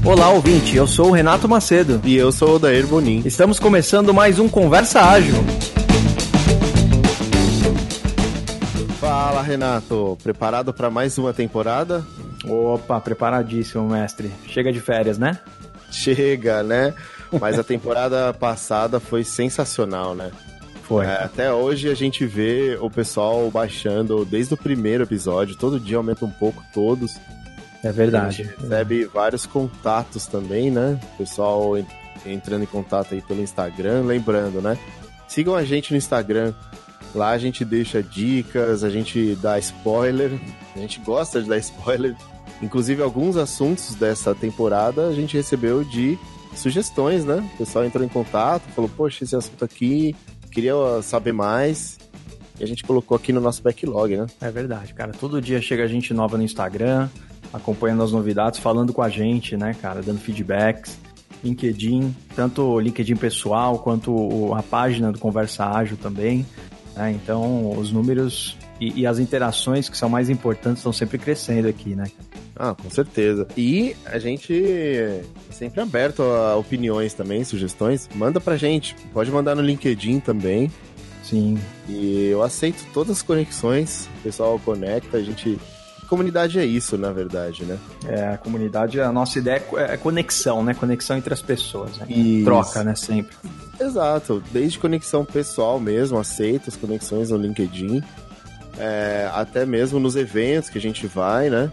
Olá, ouvinte, eu sou o Renato Macedo. E eu sou o Odair Bonin. Estamos começando mais um Conversa Ágil. Fala, Renato. Preparado para mais uma temporada? Opa, preparadíssimo, mestre. Chega de férias, né? Chega, né? Mas a temporada passada foi sensacional, né? Foi. Até hoje a gente vê o pessoal baixando desde o primeiro episódio. Todo dia aumenta um pouco todos. É verdade. A gente recebe vários contatos também, né? O pessoal entrando em contato aí pelo Instagram. Lembrando, né? Sigam a gente no Instagram. Lá a gente deixa dicas, a gente dá spoiler. A gente gosta de dar spoiler. Inclusive, alguns assuntos dessa temporada a gente recebeu de sugestões, né? O pessoal entrou em contato, falou, poxa, esse assunto aqui, queria saber mais. E a gente colocou aqui no nosso backlog, né? É verdade, cara. Todo dia chega gente nova no Instagram, acompanhando as novidades, falando com a gente, né, cara? Dando feedbacks. LinkedIn, tanto o LinkedIn pessoal, quanto a página do Conversa Ágil também. Né? Então, os números e as interações que são mais importantes estão sempre crescendo aqui, né? Ah, com certeza. E a gente é sempre aberto a opiniões também, sugestões. Manda pra gente. Pode mandar no LinkedIn também. Sim. E eu aceito todas as conexões. O pessoal conecta, a gente... Comunidade é isso, na verdade, né? A comunidade, a nossa ideia é conexão, né? Conexão entre as pessoas, né? Isso. Troca, né? Sempre. Exato. Desde conexão pessoal mesmo, aceito as conexões no LinkedIn. Até mesmo nos eventos que a gente vai, né?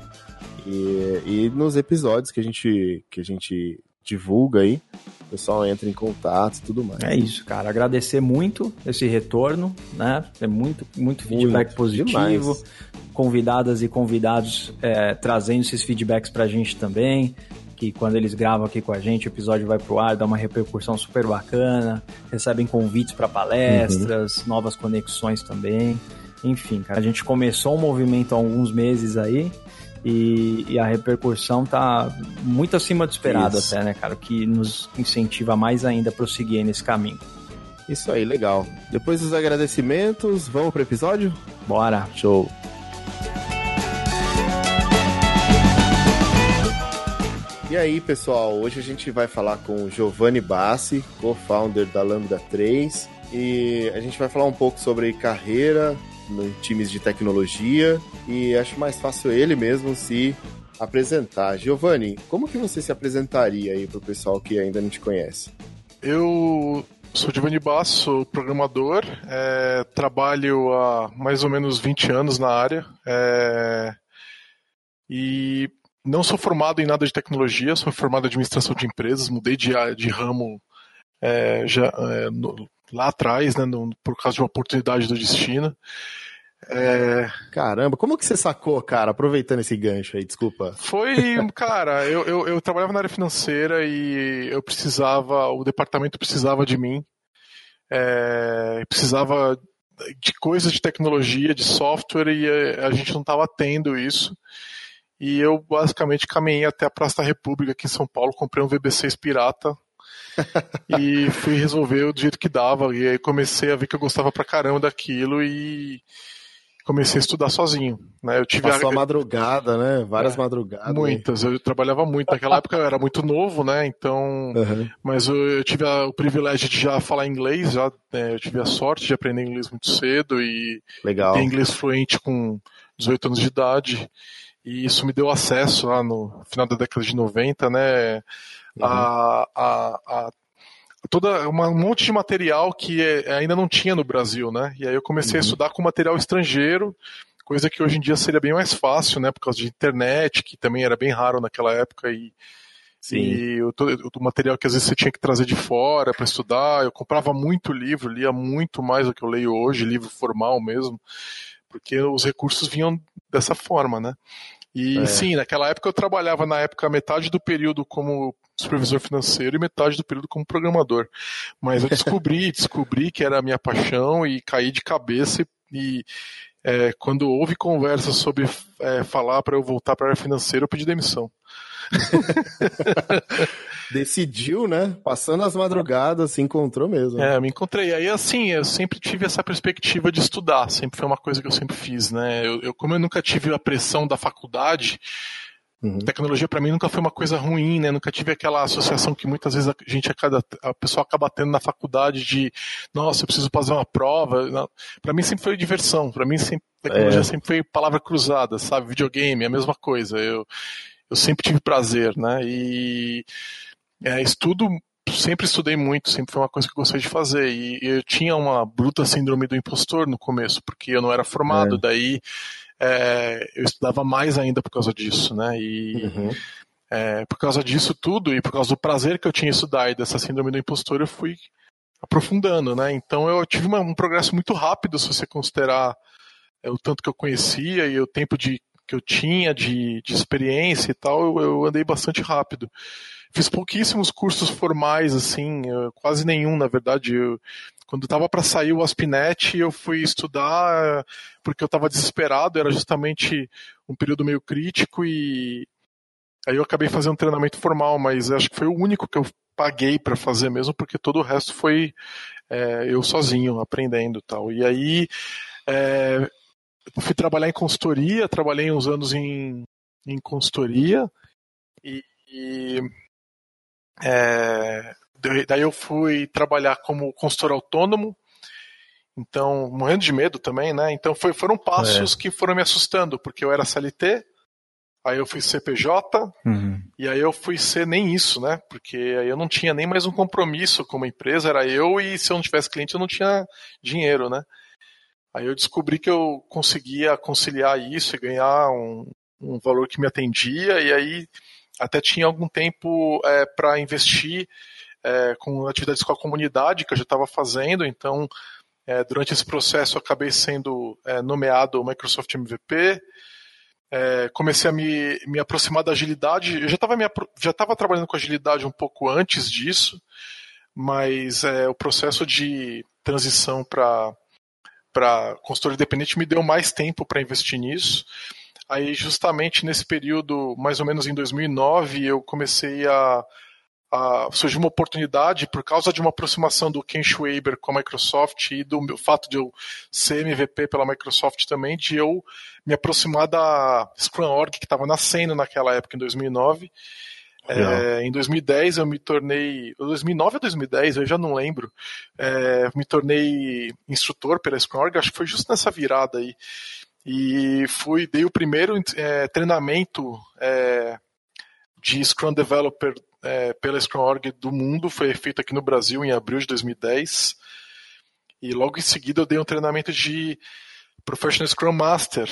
E nos episódios que a gente divulga aí, o pessoal entra em contato e tudo mais. É isso, cara. Agradecer muito esse retorno, né? É muito feedback positivo. Demais. Convidadas e convidados trazendo esses feedbacks pra gente também, que quando eles gravam aqui com a gente, o episódio vai pro ar, dá uma repercussão super bacana, recebem convites para palestras, novas conexões também. Enfim, cara, a gente começou um movimento há alguns meses aí, e a repercussão tá muito acima do esperado. Isso. Até, né, cara? O que nos incentiva mais ainda a prosseguir nesse caminho. Isso aí, legal. Depois dos agradecimentos, vamos pro episódio? Bora! Show! E aí, pessoal, hoje a gente vai falar com o Giovanni Bassi, co-founder da Lambda 3, e a gente vai falar um pouco sobre carreira em times de tecnologia, e acho mais fácil ele mesmo se apresentar. Giovanni, como que você se apresentaria aí pro pessoal que ainda não te conhece? Eu sou Giovanni Bassi, sou programador, trabalho há mais ou menos 20 anos na área, e não sou formado em nada de tecnologia, sou formado em administração de empresas, mudei de ramo lá atrás, né, por causa de uma oportunidade do destino. Caramba, como que você sacou, cara, aproveitando esse gancho aí, desculpa? Cara, eu trabalhava na área financeira e o departamento precisava de mim, precisava de coisas de tecnologia, de software, e a gente não estava tendo isso. E eu basicamente caminhei até a Praça da República aqui em São Paulo, comprei um VB6 pirata e fui resolver do jeito que dava. E aí comecei a ver que eu gostava pra caramba daquilo e comecei a estudar sozinho. Né? Passou a madrugada, né? Várias madrugadas. Muitas, eu trabalhava muito. Naquela época eu era muito novo, né? Então, mas eu tive o privilégio de já falar inglês, eu tive a sorte de aprender inglês muito cedo e ter inglês fluente com 18 anos de idade. E isso me deu acesso lá no final da década de 90, né, a um monte de material que ainda não tinha no Brasil, né, e aí eu comecei a estudar com material estrangeiro, coisa que hoje em dia seria bem mais fácil, né, por causa de internet, que também era bem raro naquela época, e o material que às vezes você tinha que trazer de fora para estudar, eu comprava muito livro, lia muito mais do que eu leio hoje, livro formal mesmo, porque os recursos vinham dessa forma, né? E sim, naquela época eu trabalhava metade do período como supervisor financeiro e metade do período como programador. Mas eu descobri que era a minha paixão e caí de cabeça e quando houve conversa sobre falar para eu voltar para a área financeira, eu pedi demissão. Decidiu, né? Passando as madrugadas, se encontrou mesmo. Me encontrei. Aí, assim, eu sempre tive essa perspectiva de estudar. Sempre foi uma coisa que eu sempre fiz, né? Como eu nunca tive a pressão da faculdade, Tecnologia para mim nunca foi uma coisa ruim, né? Nunca tive aquela associação que muitas vezes a pessoa acaba tendo na faculdade de, nossa, eu preciso fazer uma prova. Para mim sempre foi diversão. Para mim tecnologia sempre foi palavra cruzada, sabe? Videogame, a mesma coisa. Eu sempre tive prazer, né? E estudo, sempre estudei muito, sempre foi uma coisa que eu gostei de fazer. E eu tinha uma bruta síndrome do impostor no começo, porque eu não era formado, daí eu estudava mais ainda por causa disso, né? E por causa disso tudo e por causa do prazer que eu tinha em estudar e dessa síndrome do impostor, eu fui aprofundando, né? Então eu tive um progresso muito rápido, se você considerar o tanto que eu conhecia e o tempo que eu tinha de experiência e tal, eu andei bastante rápido. Fiz pouquíssimos cursos formais, assim, quase nenhum, na verdade. Quando estava para sair o ASP.NET, eu fui estudar porque eu estava desesperado, era justamente um período meio crítico e aí eu acabei fazendo um treinamento formal, mas acho que foi o único que eu paguei para fazer mesmo, porque todo o resto foi eu sozinho, aprendendo e tal. E aí eu fui trabalhar em consultoria, trabalhei uns anos em consultoria daí eu fui trabalhar como consultor autônomo, então morrendo de medo também, né? Então foram passos que foram me assustando, porque eu era CLT, aí eu fui CPJ, e aí eu fui ser nem isso, né? Porque aí eu não tinha nem mais um compromisso com uma empresa, era eu, e se eu não tivesse cliente eu não tinha dinheiro, né? Aí eu descobri que eu conseguia conciliar isso e ganhar um valor que me atendia, e aí até tinha algum tempo para investir com atividades com a comunidade que eu já estava fazendo, então durante esse processo eu acabei sendo nomeado Microsoft MVP, comecei a me aproximar da agilidade, eu já estava trabalhando com agilidade um pouco antes disso, mas o processo de transição para consultor independente me deu mais tempo para investir nisso. Aí, justamente nesse período, mais ou menos em 2009, eu comecei surgiu uma oportunidade, por causa de uma aproximação do Ken Schwaber com a Microsoft e do fato de eu ser MVP pela Microsoft também, de eu me aproximar da Scrum.org, que estava nascendo naquela época, em 2009. Em 2010 eu me tornei, 2009 ou 2010, eu já não lembro, me tornei instrutor pela Scrum.org, acho que foi justo nessa virada aí. E dei o primeiro treinamento de Scrum Developer pela Scrum.org do mundo, foi feito aqui no Brasil em abril de 2010, e logo em seguida eu dei um treinamento de Professional Scrum Master,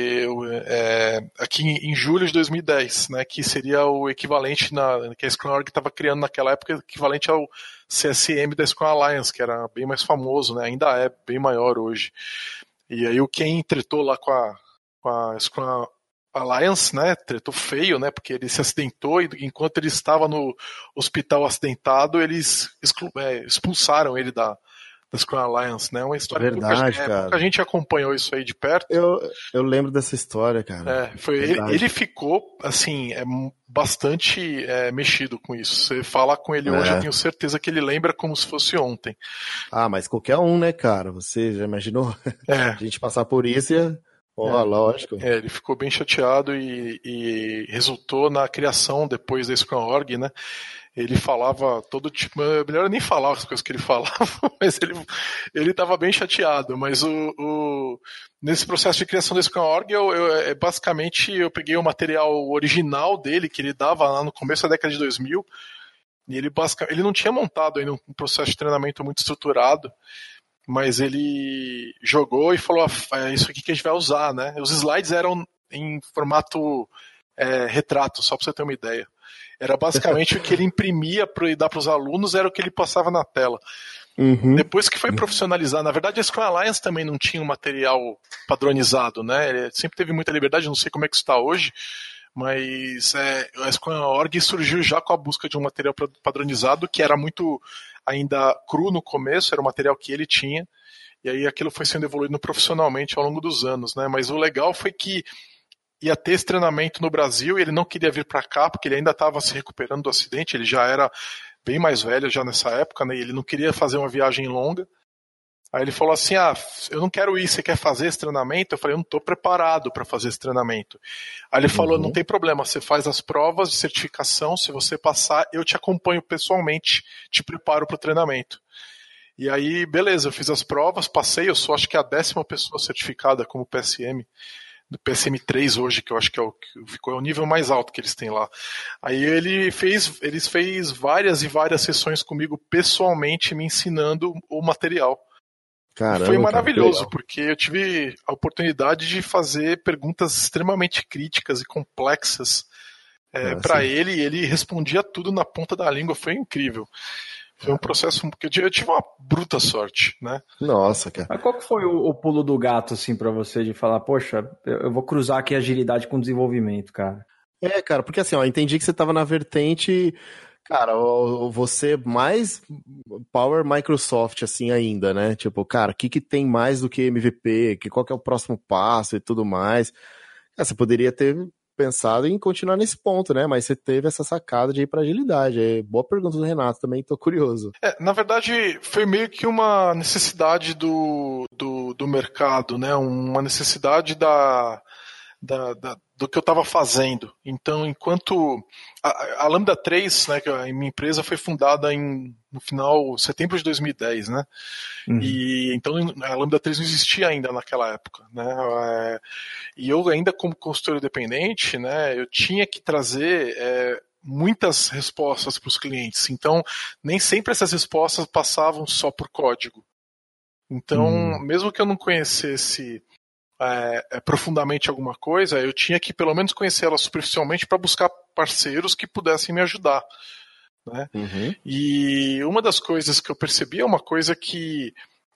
aqui em julho de 2010, né, que seria o equivalente que a Scrum.org estava criando naquela época, equivalente ao CSM da Scrum Alliance, que era bem mais famoso, né, ainda é bem maior hoje. E aí o Ken tretou lá com a Scrum Alliance, né, tretou feio, né, porque ele se acidentou e enquanto ele estava no hospital acidentado, eles expulsaram ele da Scrum Alliance, né, uma história que pouca gente acompanhou isso aí de perto. Eu lembro dessa história, cara. Ele ficou, assim, bastante mexido com isso. Você fala com ele hoje, eu tenho certeza que ele lembra como se fosse ontem. Ah, mas qualquer um, né, cara? Você já imaginou a gente passar por isso e... lógico. Ele ficou bem chateado e resultou na criação depois da Scrum.org, né? Ele falava todo tipo, melhor nem falar as coisas que ele falava, mas ele estava bem chateado, mas nesse processo de criação da Scrum.org, basicamente eu peguei o material original dele, que ele dava lá no começo da década de 2000, e ele não tinha montado ainda um processo de treinamento muito estruturado, mas ele jogou e falou, é isso aqui que a gente vai usar, né? Os slides eram em formato retrato, só para você ter uma ideia. Era basicamente o que ele imprimia para dar para os alunos, era o que ele passava na tela. Depois que foi profissionalizar, na verdade a Scrum Alliance também não tinha um material padronizado, né? Ele sempre teve muita liberdade, não sei como é que está hoje, mas a Scrum.org surgiu já com a busca de um material padronizado, que era muito ainda cru no começo, era o material que ele tinha, e aí aquilo foi sendo evoluído profissionalmente ao longo dos anos, né? Mas o legal foi que ia ter esse treinamento no Brasil e ele não queria vir para cá, porque ele ainda estava se recuperando do acidente, ele já era bem mais velho já nessa época, né? E ele não queria fazer uma viagem longa, Aí ele falou assim, eu não quero ir, você quer fazer esse treinamento? Eu falei, eu não estou preparado para fazer esse treinamento. Aí ele falou, não tem problema, você faz as provas de certificação, se você passar, eu te acompanho pessoalmente, te preparo para o treinamento. E aí, beleza, eu fiz as provas, passei, eu sou acho que a 10ª pessoa certificada como PSM, do PSM3 hoje, que eu acho que é o nível mais alto que eles têm lá. Aí ele fez várias e várias sessões comigo pessoalmente, me ensinando o material. Caramba, foi maravilhoso, cara, porque eu tive a oportunidade de fazer perguntas extremamente críticas e complexas para ele, e ele respondia tudo na ponta da língua, foi incrível. Foi um processo que eu tive uma bruta sorte, né? Nossa, cara. Mas qual que foi o pulo do gato, assim, pra você, de falar, poxa, eu vou cruzar aqui agilidade com desenvolvimento, cara? Cara, porque assim, ó, entendi que você tava na vertente, cara, você mais Power Microsoft, assim, ainda, né? Tipo, cara, o que tem mais do que MVP? Qual que é o próximo passo e tudo mais? Cara, você poderia ter pensado em continuar nesse ponto, né? Mas você teve essa sacada de ir pra agilidade. Boa pergunta do Renato também, tô curioso. Na verdade, foi meio que uma necessidade do mercado, né? Uma necessidade do que eu estava fazendo. Então, enquanto a Lambda 3, né, que a minha empresa foi fundada no final de setembro de 2010, né? E então a Lambda 3 não existia ainda naquela época, né? E eu ainda como consultor independente, né, eu tinha que trazer muitas respostas para os clientes. Então, nem sempre essas respostas passavam só por código. Então, mesmo que eu não conhecesse profundamente alguma coisa, eu tinha que pelo menos conhecer ela superficialmente para buscar parceiros que pudessem me ajudar, né? E uma das coisas que eu percebi é uma coisa que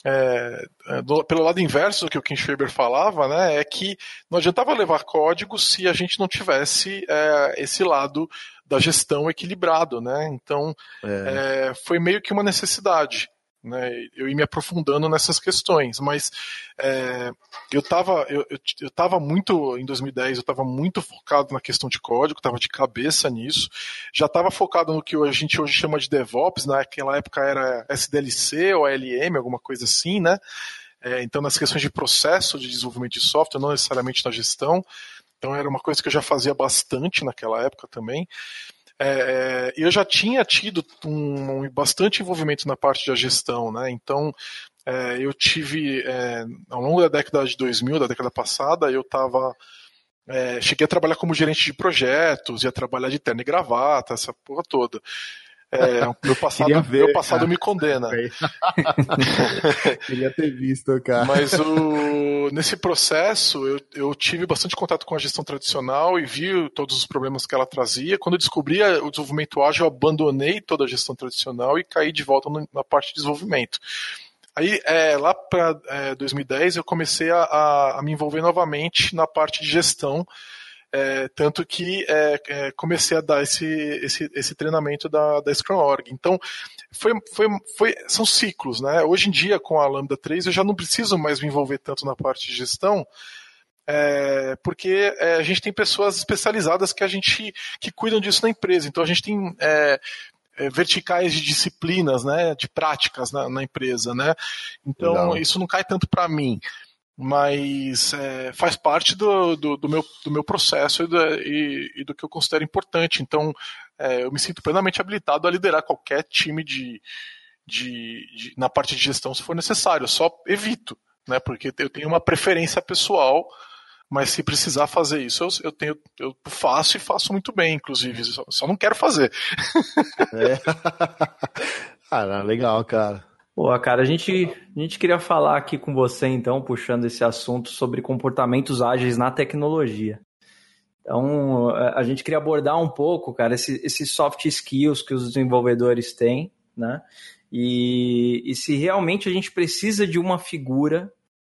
pelo lado inverso do que o Ken Schwaber falava, né, é que não adiantava levar código se a gente não tivesse esse lado da gestão equilibrado, né? Então foi meio que uma necessidade, né, eu ia me aprofundando nessas questões, mas eu estava muito, em 2010, eu estava muito focado na questão de código, estava de cabeça nisso, já estava focado no que a gente hoje chama de DevOps, naquela época era SDLC ou ALM, alguma coisa assim, né? Então nas questões de processo de desenvolvimento de software, não necessariamente na gestão, então era uma coisa que eu já fazia bastante naquela época também. Eu já tinha tido bastante envolvimento na parte da gestão, né? Então eu tive, ao longo da década de 2000, da década passada, eu cheguei a trabalhar como gerente de projetos, ia trabalhar de terno e gravata, essa porra toda. Meu passado me condena. Queria ter visto, cara. Mas nesse processo eu tive bastante contato com a gestão tradicional e vi todos os problemas que ela trazia. Quando eu descobri o desenvolvimento ágil, eu abandonei toda a gestão tradicional e caí de volta na parte de desenvolvimento. Aí, lá para 2010, eu comecei a me envolver novamente na parte de gestão, tanto que comecei a dar esse treinamento da Scrum.org. Então, são ciclos, né? Hoje em dia, com a Lambda 3, eu já não preciso mais me envolver tanto na parte de gestão, porque a gente tem pessoas especializadas que cuidam disso na empresa. Então, a gente tem verticais de disciplinas, né, de práticas na empresa, né? Então, legal. Isso não cai tanto para mim, mas faz parte do meu processo e do que eu considero importante. Então, eu me sinto plenamente habilitado a liderar qualquer time na parte de gestão, se for necessário. Eu só evito, né, porque eu tenho uma preferência pessoal, mas se precisar fazer isso, eu faço e faço muito bem, inclusive. Só não quero fazer. Legal, cara. Pô, cara, a gente queria falar aqui com você, então, puxando esse assunto sobre comportamentos ágeis na tecnologia. Então, a gente queria abordar um pouco, cara, esses soft skills que os desenvolvedores têm, né? E se realmente a gente precisa de uma figura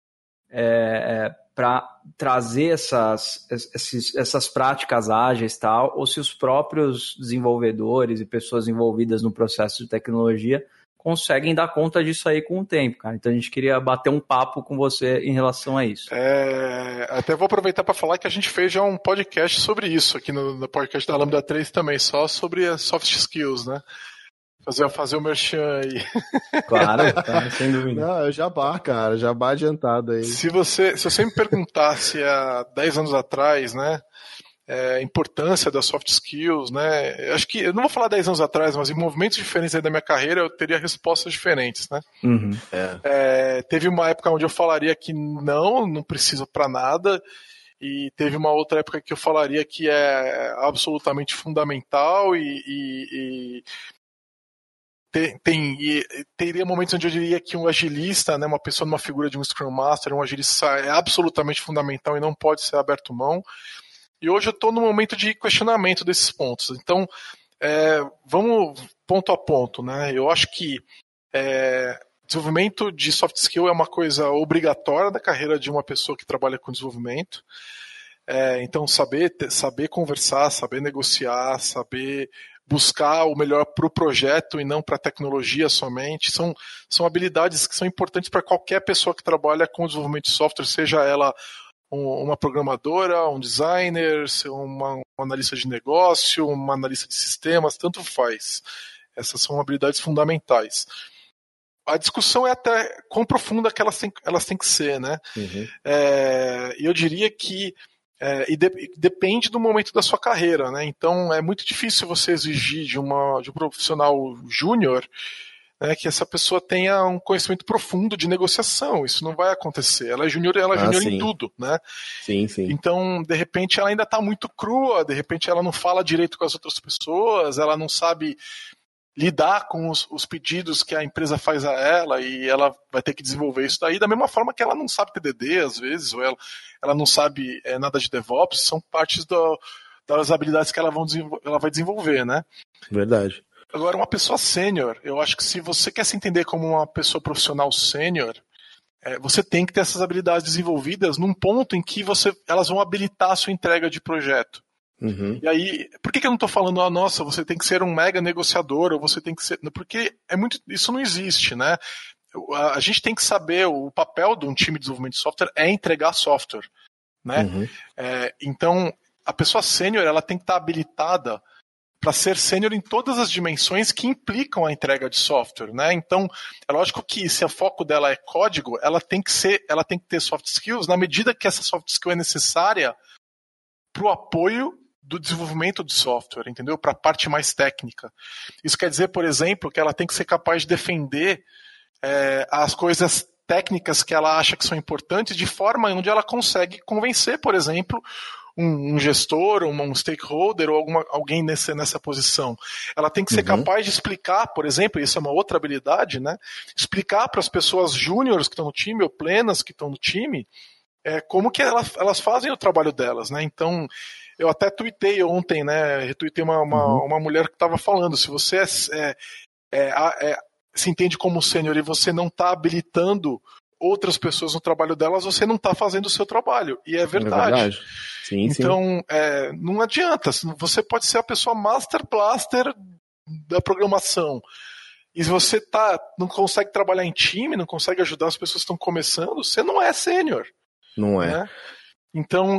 para trazer essas práticas ágeis e tal, ou se os próprios desenvolvedores e pessoas envolvidas no processo de tecnologia conseguem dar conta disso aí com o tempo, cara. Então a gente queria bater um papo com você em relação a isso. Até vou aproveitar para falar que a gente fez já um podcast sobre isso aqui no podcast da Lambda 3 também, só sobre as soft skills, né? Fazer o merchan aí. Claro, sem dúvida. Não, é o jabá, cara, jabá adiantado aí. Se você me perguntasse há 10 anos atrás, né, a importância das soft skills, né, acho que, eu não vou falar 10 anos atrás, mas em movimentos diferentes aí da minha carreira eu teria respostas diferentes, né. Uhum. Teve uma época onde eu falaria que não precisa para nada, e teve uma outra época que eu falaria que é absolutamente fundamental e teria momentos onde eu diria que um agilista, né, uma pessoa numa figura de um Scrum Master, um agilista é absolutamente fundamental e não pode ser aberto mão. E hoje eu estou no momento de questionamento desses pontos. Então, vamos ponto a ponto, né? Eu acho que desenvolvimento de soft skill é uma coisa obrigatória da carreira de uma pessoa que trabalha com desenvolvimento. Então, saber conversar, saber negociar, saber buscar o melhor para o projeto e não para a tecnologia somente, são habilidades que são importantes para qualquer pessoa que trabalha com desenvolvimento de software, seja ela uma programadora, um designer, uma analista de negócio, uma analista de sistemas, tanto faz. Essas são habilidades fundamentais. A discussão é até quão profunda que elas têm que ser, né? Uhum. E eu diria que depende do momento da sua carreira, né? Então é muito difícil você exigir de um profissional júnior, né, que essa pessoa tenha um conhecimento profundo de negociação. Isso não vai acontecer. Ela é júnior em tudo, né? Sim, sim. Então, de repente, ela ainda está muito crua, de repente ela não fala direito com as outras pessoas, ela não sabe lidar com os pedidos que a empresa faz a ela e ela vai ter que desenvolver isso daí, da mesma forma que ela não sabe TDD às vezes, ou ela não sabe nada de DevOps, são partes das habilidades que ela vai desenvolver, né? Verdade. Agora, uma pessoa sênior, eu acho que se você quer se entender como uma pessoa profissional sênior, você tem que ter essas habilidades desenvolvidas num ponto em que elas vão habilitar a sua entrega de projeto. Uhum. E aí, por que eu não estou falando, nossa, você tem que ser um mega negociador, ou você tem que ser... Porque isso não existe, né? A gente tem que saber, o papel de um time de desenvolvimento de software é entregar software, né? Uhum. Então, a pessoa sênior, ela tem que estar habilitada para ser sênior em todas as dimensões que implicam a entrega de software, né? Então, é lógico que se o foco dela é código, ela tem que ter soft skills na medida que essa soft skill é necessária para o apoio do desenvolvimento de software, entendeu? Para a parte mais técnica. Isso quer dizer, por exemplo, que ela tem que ser capaz de defender as coisas técnicas que ela acha que são importantes de forma onde ela consegue convencer, por exemplo, um gestor, um stakeholder ou alguém nessa posição. Ela tem que ser capaz de explicar, por exemplo, isso é uma outra habilidade, né? Explicar para as pessoas júniores que estão no time ou plenas que estão no time como que elas fazem o trabalho delas, né? Então, eu até tuitei ontem, né? Retuitei uma mulher que estava falando, se você se entende como sênior e você não está habilitando outras pessoas no trabalho delas, você não está fazendo o seu trabalho. E é verdade. É verdade. Sim, então, não adianta. Você pode ser a pessoa master blaster da programação. E se você não consegue trabalhar em time, não consegue ajudar as pessoas que estão começando, você não é sênior. Não é. Né? Então,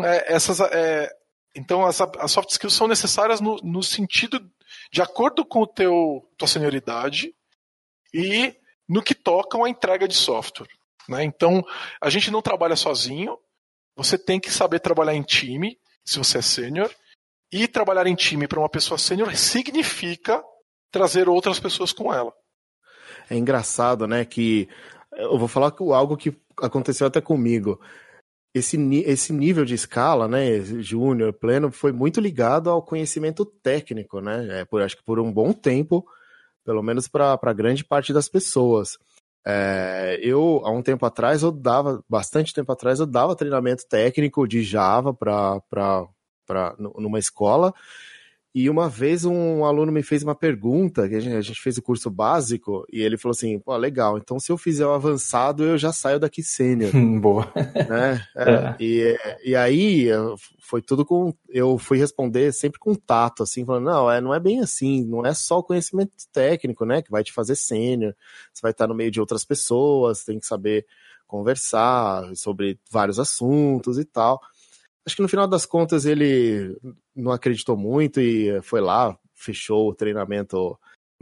as soft skills são necessárias no sentido de acordo com tua senioridade e no que tocam a entrega de software. Né? Então, a gente não trabalha sozinho, você tem que saber trabalhar em time, se você é sênior, e trabalhar em time para uma pessoa sênior significa trazer outras pessoas com ela. É engraçado, né, que eu vou falar algo que aconteceu até comigo. Esse nível de escala, né, júnior, pleno, foi muito ligado ao conhecimento técnico, né, acho que por um bom tempo, pelo menos para grande parte das pessoas. Há um tempo atrás, bastante tempo atrás, eu dava treinamento técnico de Java numa escola, e uma vez um aluno me fez uma pergunta, que a gente fez o curso básico, e ele falou assim, pô, legal, então se eu fizer o avançado, eu já saio daqui sênior. Boa. Né? E aí, foi tudo eu fui responder sempre com tato, assim, falando, não é bem assim, não é só o conhecimento técnico, né, que vai te fazer sênior, você vai estar no meio de outras pessoas, tem que saber conversar sobre vários assuntos e tal. Acho que no final das contas ele não acreditou muito e foi lá, fechou o treinamento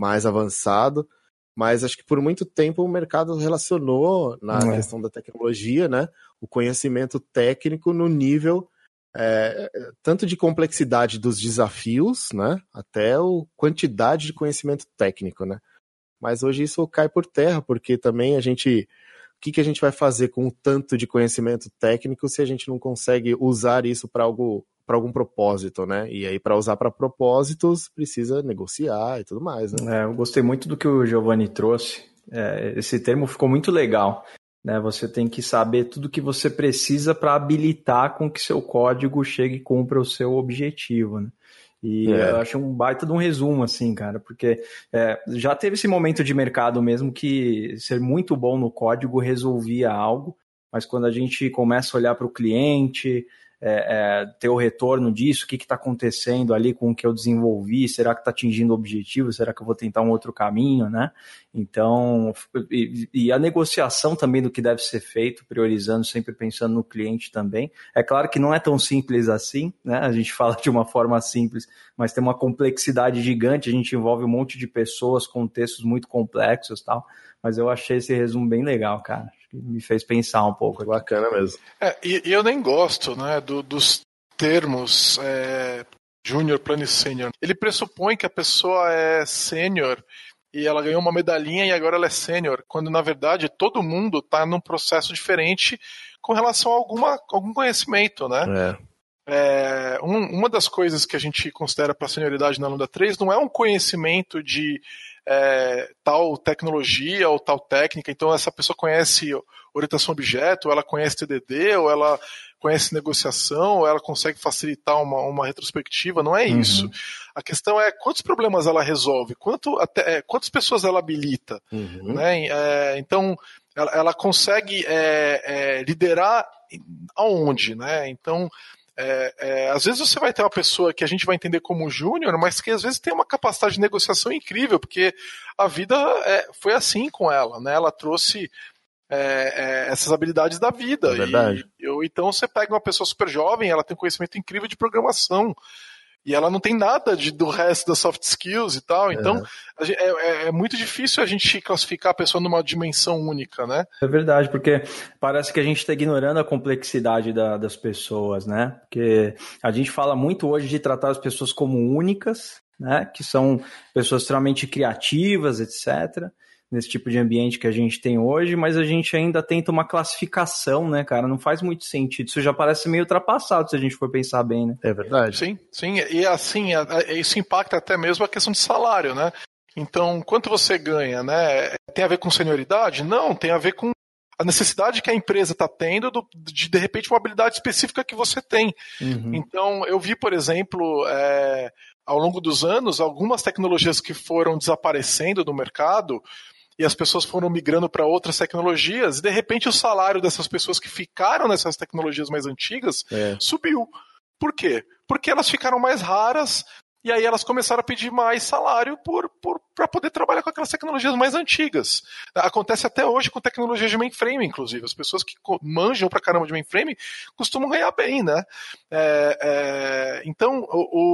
mais avançado, mas acho que por muito tempo o mercado relacionou na questão da tecnologia, né, o conhecimento técnico no nível tanto de complexidade dos desafios, né, até a quantidade de conhecimento técnico, né. Mas hoje isso cai por terra, porque também o que a gente vai fazer com o tanto de conhecimento técnico se a gente não consegue usar isso para algum propósito, né? E aí, para usar para propósitos, precisa negociar e tudo mais, né? Eu gostei muito do que o Giovanni trouxe. Esse termo ficou muito legal, né? Você tem que saber tudo que você precisa para habilitar com que seu código chegue e cumpra o seu objetivo, né? E eu acho um baita de um resumo, assim, cara, porque já teve esse momento de mercado mesmo que ser muito bom no código resolvia algo, mas quando a gente começa a olhar para o cliente, ter o retorno disso, o que está acontecendo ali com o que eu desenvolvi, será que está atingindo o objetivo, será que eu vou tentar um outro caminho, né? Então, e a negociação também do que deve ser feito, priorizando, sempre pensando no cliente também. É claro que não é tão simples assim, né? A gente fala de uma forma simples, mas tem uma complexidade gigante, a gente envolve um monte de pessoas, contextos muito complexos e tal, mas eu achei esse resumo bem legal, cara. Me fez pensar um pouco. Bacana mesmo. E eu nem gosto, né, dos termos júnior, plano e sênior. Ele pressupõe que a pessoa é sênior e ela ganhou uma medalhinha e agora ela é sênior, quando na verdade todo mundo está num processo diferente com relação a algum conhecimento, né? Uma das coisas que a gente considera para senioridade na Lambda 3 não é um conhecimento de tal tecnologia ou tal técnica, então essa pessoa conhece orientação a objeto, ou ela conhece TDD, ou ela conhece negociação, ou ela consegue facilitar uma retrospectiva, não é isso. A questão é quantos problemas ela resolve, quantas pessoas ela habilita, né? Então ela consegue liderar aonde, né? Então às vezes você vai ter uma pessoa que a gente vai entender como júnior, mas que às vezes tem uma capacidade de negociação incrível, porque a vida foi assim com ela, né? Ela trouxe essas habilidades da vida. É verdade. Então você pega uma pessoa super jovem, ela tem um conhecimento incrível de programação, e ela não tem nada do resto das soft skills e tal, então é muito difícil a gente classificar a pessoa numa dimensão única, né? É verdade, porque parece que a gente está ignorando a complexidade das pessoas, né? Porque a gente fala muito hoje de tratar as pessoas como únicas, né? Que são pessoas extremamente criativas, etc., nesse tipo de ambiente que a gente tem hoje, mas a gente ainda tenta uma classificação, né, cara? Não faz muito sentido. Isso já parece meio ultrapassado, se a gente for pensar bem, né? É verdade. Sim. E assim, isso impacta até mesmo a questão de salário, né? Então, quanto você ganha, né? Tem a ver com senioridade? Não, tem a ver com a necessidade que a empresa está tendo de repente, uma habilidade específica que você tem. Então, eu vi, por exemplo, ao longo dos anos, algumas tecnologias que foram desaparecendo do mercado, e as pessoas foram migrando para outras tecnologias, e de repente o salário dessas pessoas que ficaram nessas tecnologias mais antigas subiu. Por quê? Porque elas ficaram mais raras, e aí elas começaram a pedir mais salário para poder trabalhar com aquelas tecnologias mais antigas. Acontece até hoje com tecnologias de mainframe, inclusive. As pessoas que manjam pra caramba de mainframe costumam ganhar bem, né? Então,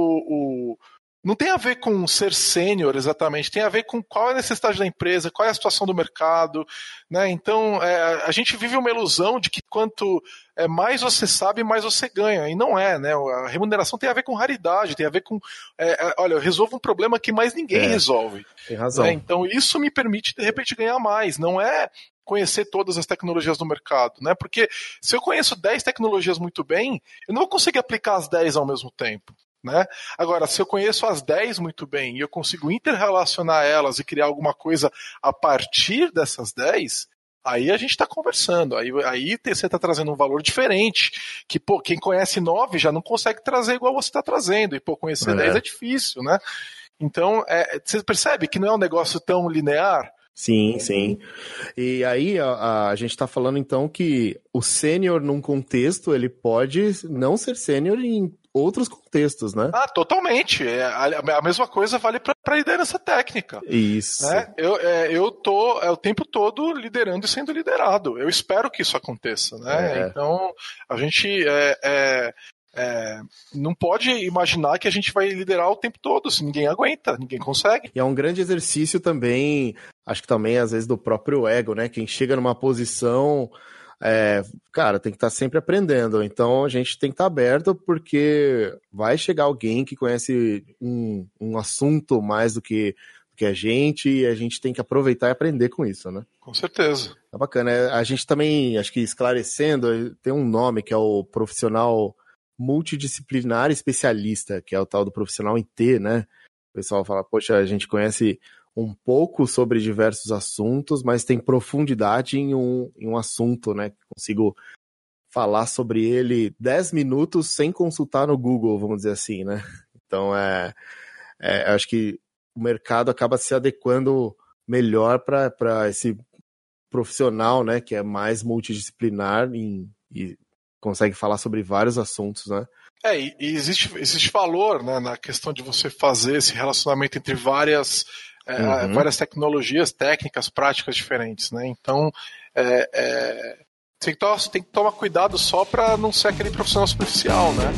não tem a ver com ser sênior exatamente, tem a ver com qual é a necessidade da empresa, qual é a situação do mercado, né? Então, a gente vive uma ilusão de que quanto mais você sabe, mais você ganha, e não é, né? A remuneração tem a ver com raridade, tem a ver com, olha, eu resolvo um problema que mais ninguém resolve. Tem razão. Né? Então, isso me permite, de repente, ganhar mais, não é conhecer todas as tecnologias do mercado, né? Porque se eu conheço 10 tecnologias muito bem, eu não vou conseguir aplicar as 10 ao mesmo tempo. Né? Agora, se eu conheço as 10 muito bem e eu consigo interrelacionar elas e criar alguma coisa a partir dessas 10, aí a gente está conversando, aí você está trazendo um valor diferente, que quem conhece 9 já não consegue trazer igual você está trazendo, e conhecer 10 é difícil, né? Então, você percebe que não é um negócio tão linear? Sim. E aí a gente está falando então que o sênior num contexto, ele pode não ser sênior em outros contextos, né? Totalmente. A mesma coisa vale para liderança técnica. Isso. Né? Eu tô o tempo todo liderando e sendo liderado. Eu espero que isso aconteça, né? Então, a gente Não pode imaginar que a gente vai liderar o tempo todo, se ninguém aguenta, ninguém consegue. E é um grande exercício também, acho que também às vezes do próprio ego, né? Quem chega numa posição, cara, tem que estar sempre aprendendo. Então a gente tem que estar aberto porque vai chegar alguém que conhece um assunto mais do que a gente, e a gente tem que aproveitar e aprender com isso, né? Com certeza. É bacana. A gente também, acho que esclarecendo, tem um nome que é o profissional multidisciplinar especialista, que é o tal do profissional em T, né? O pessoal fala, poxa, a gente conhece um pouco sobre diversos assuntos, mas tem profundidade em um assunto, né? Consigo falar sobre ele 10 minutos sem consultar no Google, vamos dizer assim, né? Então, acho que o mercado acaba se adequando melhor para esse profissional, né? Que é mais multidisciplinar e consegue falar sobre vários assuntos, né? E existe valor, né, na questão de você fazer esse relacionamento entre várias tecnologias, técnicas, práticas diferentes, né? Então, tem que tomar cuidado só para não ser aquele profissional superficial, né?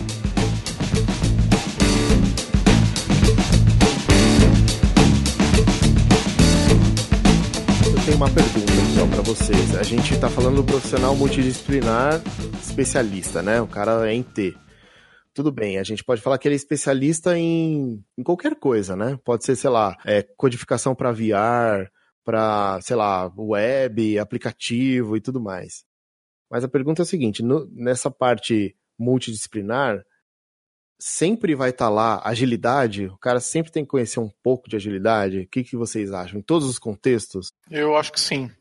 Eu tenho uma pergunta, então, para vocês. A gente está falando do profissional multidisciplinar especialista, né? O cara é em T. Tudo bem, a gente pode falar que ele é especialista em qualquer coisa, né? Pode ser, sei lá, codificação para VR, para, sei lá, web, aplicativo e tudo mais. Mas a pergunta é a seguinte, nessa parte multidisciplinar, sempre vai estar lá agilidade? O cara sempre tem que conhecer um pouco de agilidade? O que vocês acham? Em todos os contextos? Eu acho que sim.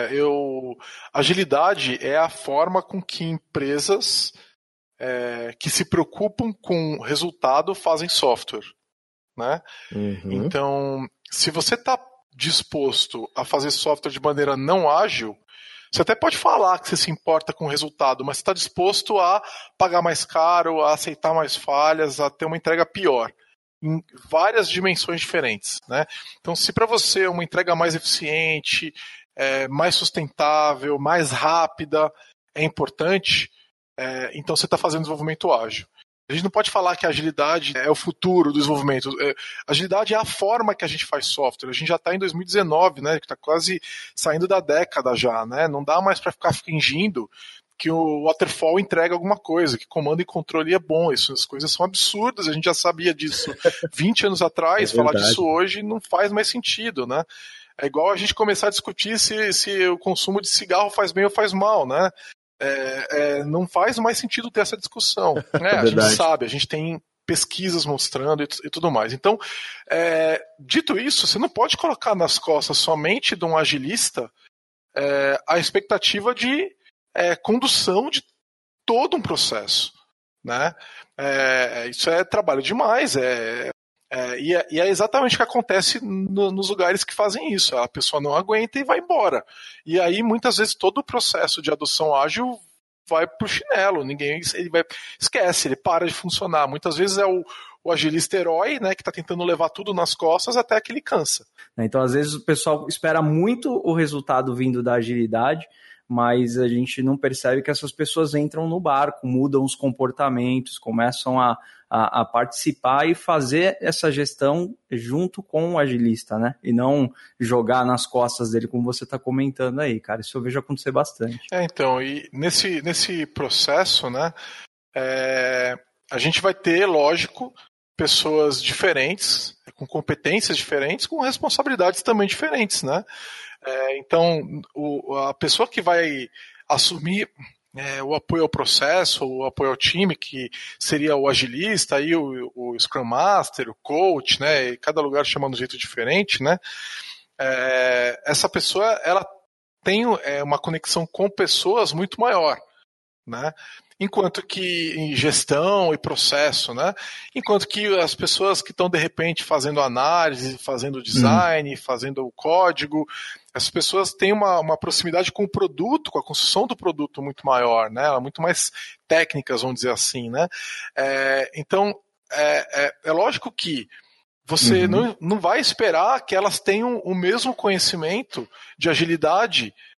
Agilidade é a forma com que empresas que se preocupam com resultado fazem software, né? Uhum. Então, se você está disposto a fazer software de maneira não ágil, você até pode falar que você se importa com o resultado, mas você está disposto a pagar mais caro, a aceitar mais falhas, a ter uma entrega pior, em várias dimensões diferentes, né? Então, se para você é uma entrega mais eficiente, mais sustentável, mais rápida é importante, então você está fazendo desenvolvimento ágil. A gente não pode falar que a agilidade é o futuro do desenvolvimento. Agilidade é a forma que a gente faz software. A gente já está em 2019, né? Que está quase saindo da década já, né? Não dá mais para ficar fingindo que o waterfall entrega alguma coisa, que comando e controle é bom. Essas coisas são absurdas, a gente já sabia disso 20 anos atrás. Falar disso hoje não faz mais sentido, né? É igual a gente começar a discutir se o consumo de cigarro faz bem ou faz mal, né? Não faz mais sentido ter essa discussão, né? A gente sabe, a gente tem pesquisas mostrando e tudo mais. Então, dito isso, você não pode colocar nas costas somente de um agilista a expectativa de condução de todo um processo, né? Isso é trabalho demais, e é exatamente o que acontece nos lugares que fazem isso. A pessoa não aguenta e vai embora. E aí, muitas vezes, todo o processo de adoção ágil vai pro chinelo. Esquece, ele para de funcionar. Muitas vezes é o agilista herói, né, que está tentando levar tudo nas costas até que ele cansa. Então, às vezes, o pessoal espera muito o resultado vindo da agilidade, mas a gente não percebe que essas pessoas entram no barco, mudam os comportamentos, começam a participar e fazer essa gestão junto com o agilista, né? E não jogar nas costas dele, como você está comentando aí, cara. Isso eu vejo acontecer bastante. Então, e nesse processo, né, a gente vai ter, lógico, pessoas diferentes, com competências diferentes, com responsabilidades também diferentes, né? Então, a pessoa que vai assumir o apoio ao processo, o apoio ao time, que seria o agilista, aí o Scrum Master, o coach, né? E cada lugar chama de um jeito diferente, né? Essa pessoa, ela tem uma conexão com pessoas muito maior, né? Enquanto que em gestão e processo, né? Enquanto que as pessoas que estão de repente fazendo análise, fazendo design, fazendo o código, as pessoas têm uma proximidade com o produto, com a construção do produto muito maior, né? Muito mais técnicas, vamos dizer assim, né? Então, é lógico que você não vai esperar que elas tenham o mesmo conhecimento de agilidade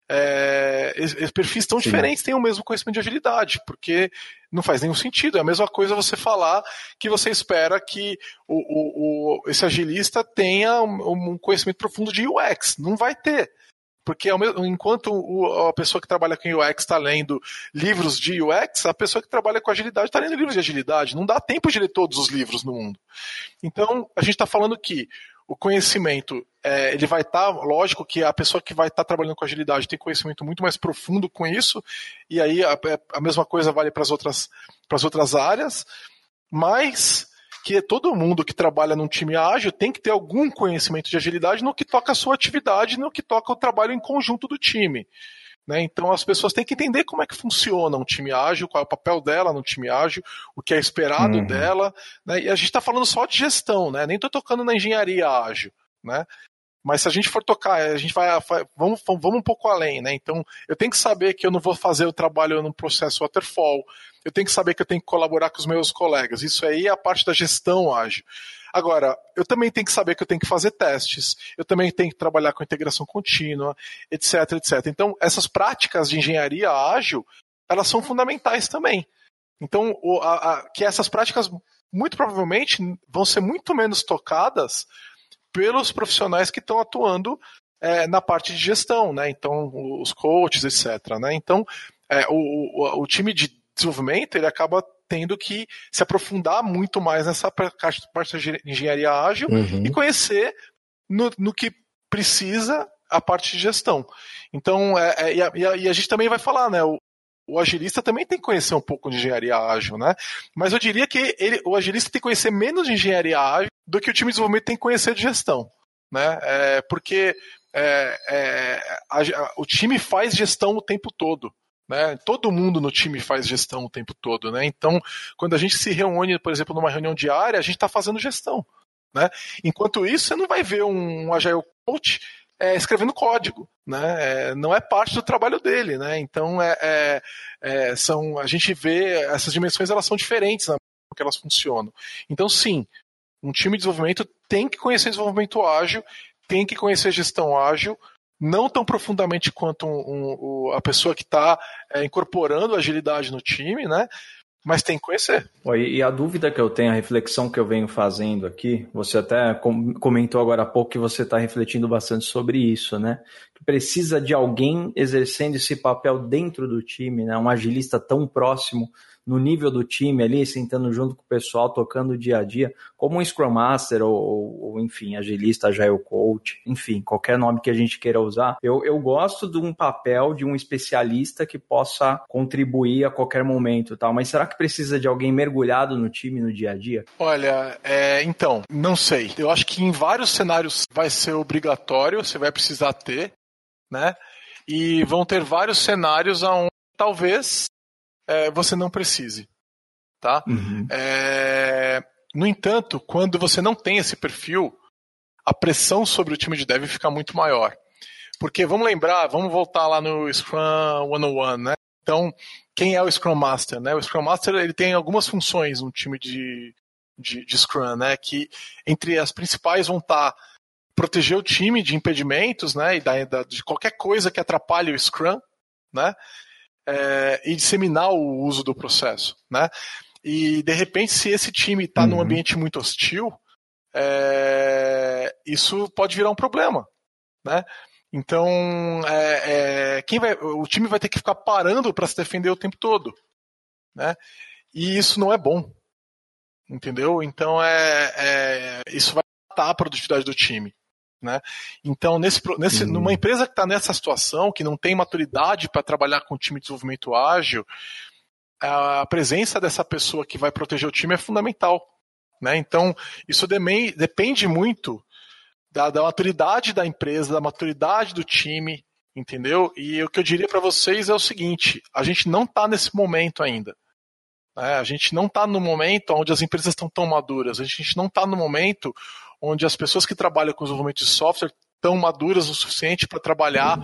perfis tão diferentes têm o mesmo conhecimento de agilidade, porque não faz nenhum sentido. É a mesma coisa você falar que você espera que esse agilista tenha um conhecimento profundo de UX. Não vai ter. Porque enquanto a pessoa que trabalha com UX está lendo livros de UX, a pessoa que trabalha com agilidade está lendo livros de agilidade. Não dá tempo de ler todos os livros no mundo. Então, a gente está falando que o conhecimento, ele vai estar, lógico que a pessoa que vai estar trabalhando com agilidade tem conhecimento muito mais profundo com isso, e aí a mesma coisa vale para as outras áreas, mas que todo mundo que trabalha num time ágil tem que ter algum conhecimento de agilidade no que toca a sua atividade, no que toca o trabalho em conjunto do time. Né? Então as pessoas têm que entender como é que funciona um time ágil, qual é o papel dela no time ágil, o que é esperado dela. Né? E a gente está falando só de gestão, né? Nem estou tocando na engenharia ágil. Né? Mas se a gente for tocar, a gente vamos um pouco além. Né? Então eu tenho que saber que eu não vou fazer o trabalho num processo waterfall. Eu tenho que saber que eu tenho que colaborar com os meus colegas. Isso aí é a parte da gestão ágil. Agora, eu também tenho que saber que eu tenho que fazer testes, eu também tenho que trabalhar com integração contínua, etc, etc. Então, essas práticas de engenharia ágil, elas são fundamentais também. Então, que essas práticas, muito provavelmente, vão ser muito menos tocadas pelos profissionais que estão atuando na parte de gestão, né? Então, os coaches, etc. Né? Então, o time de desenvolvimento, ele acaba tendo que se aprofundar muito mais nessa parte de engenharia ágil e conhecer no que precisa a parte de gestão. Então, e a gente também vai falar, né? O agilista também tem que conhecer um pouco de engenharia ágil, né? Mas eu diria que o agilista tem que conhecer menos de engenharia ágil do que o time de desenvolvimento tem que conhecer de gestão, né? Porque o time faz gestão o tempo todo. Né? Todo mundo no time faz gestão o tempo todo, né? Então, quando a gente se reúne, por exemplo, numa reunião diária, a gente está fazendo gestão, né? Enquanto isso, você não vai ver um Agile Coach escrevendo código, né? Não é parte do trabalho dele, né? Então, a gente vê essas dimensões, elas são diferentes, né? Porque elas funcionam. Então, sim, um time de desenvolvimento tem que conhecer desenvolvimento ágil, tem que conhecer gestão ágil, não tão profundamente quanto a pessoa que está incorporando agilidade no time, né? Mas tem que conhecer. E a dúvida que eu tenho, a reflexão que eu venho fazendo aqui, você até comentou agora há pouco que você está refletindo bastante sobre isso, né? Que precisa de alguém exercendo esse papel dentro do time, né? Um agilista tão próximo no nível do time ali, sentando junto com o pessoal, tocando o dia a dia, como um Scrum Master ou enfim, agilista, Agile Coach, enfim, qualquer nome que a gente queira usar. Eu gosto de um papel de um especialista que possa contribuir a qualquer momento, tal. Mas será que precisa de alguém mergulhado no time no dia a dia? Olha, então, não sei. Eu acho que em vários cenários vai ser obrigatório, você vai precisar ter, né? E vão ter vários cenários onde talvez você não precise, tá? No entanto, quando você não tem esse perfil, a pressão sobre o time de dev fica muito maior. Porque, vamos voltar lá no Scrum 101, né? Então, quem é o Scrum Master, né? O Scrum Master, ele tem algumas funções no time de Scrum, né? Que entre as principais vão estar proteger o time de impedimentos, né? E de qualquer coisa que atrapalhe o Scrum, né? E disseminar o uso do processo, né? E, de repente, se esse time está num ambiente muito hostil, isso pode virar um problema, né? Então, o time vai ter que ficar parando para se defender o tempo todo, né? E isso não é bom, entendeu? Então, isso vai matar a produtividade do time. Né? Então, numa empresa que está nessa situação, que não tem maturidade para trabalhar com time de desenvolvimento ágil, a presença dessa pessoa que vai proteger o time é fundamental. Né? Então, isso depende muito da maturidade da empresa, da maturidade do time, entendeu? E o que eu diria para vocês é o seguinte: a gente não está nesse momento ainda. A gente não está no momento onde as empresas estão tão maduras, a gente não está no momento onde as pessoas que trabalham com desenvolvimento de software estão maduras o suficiente para trabalhar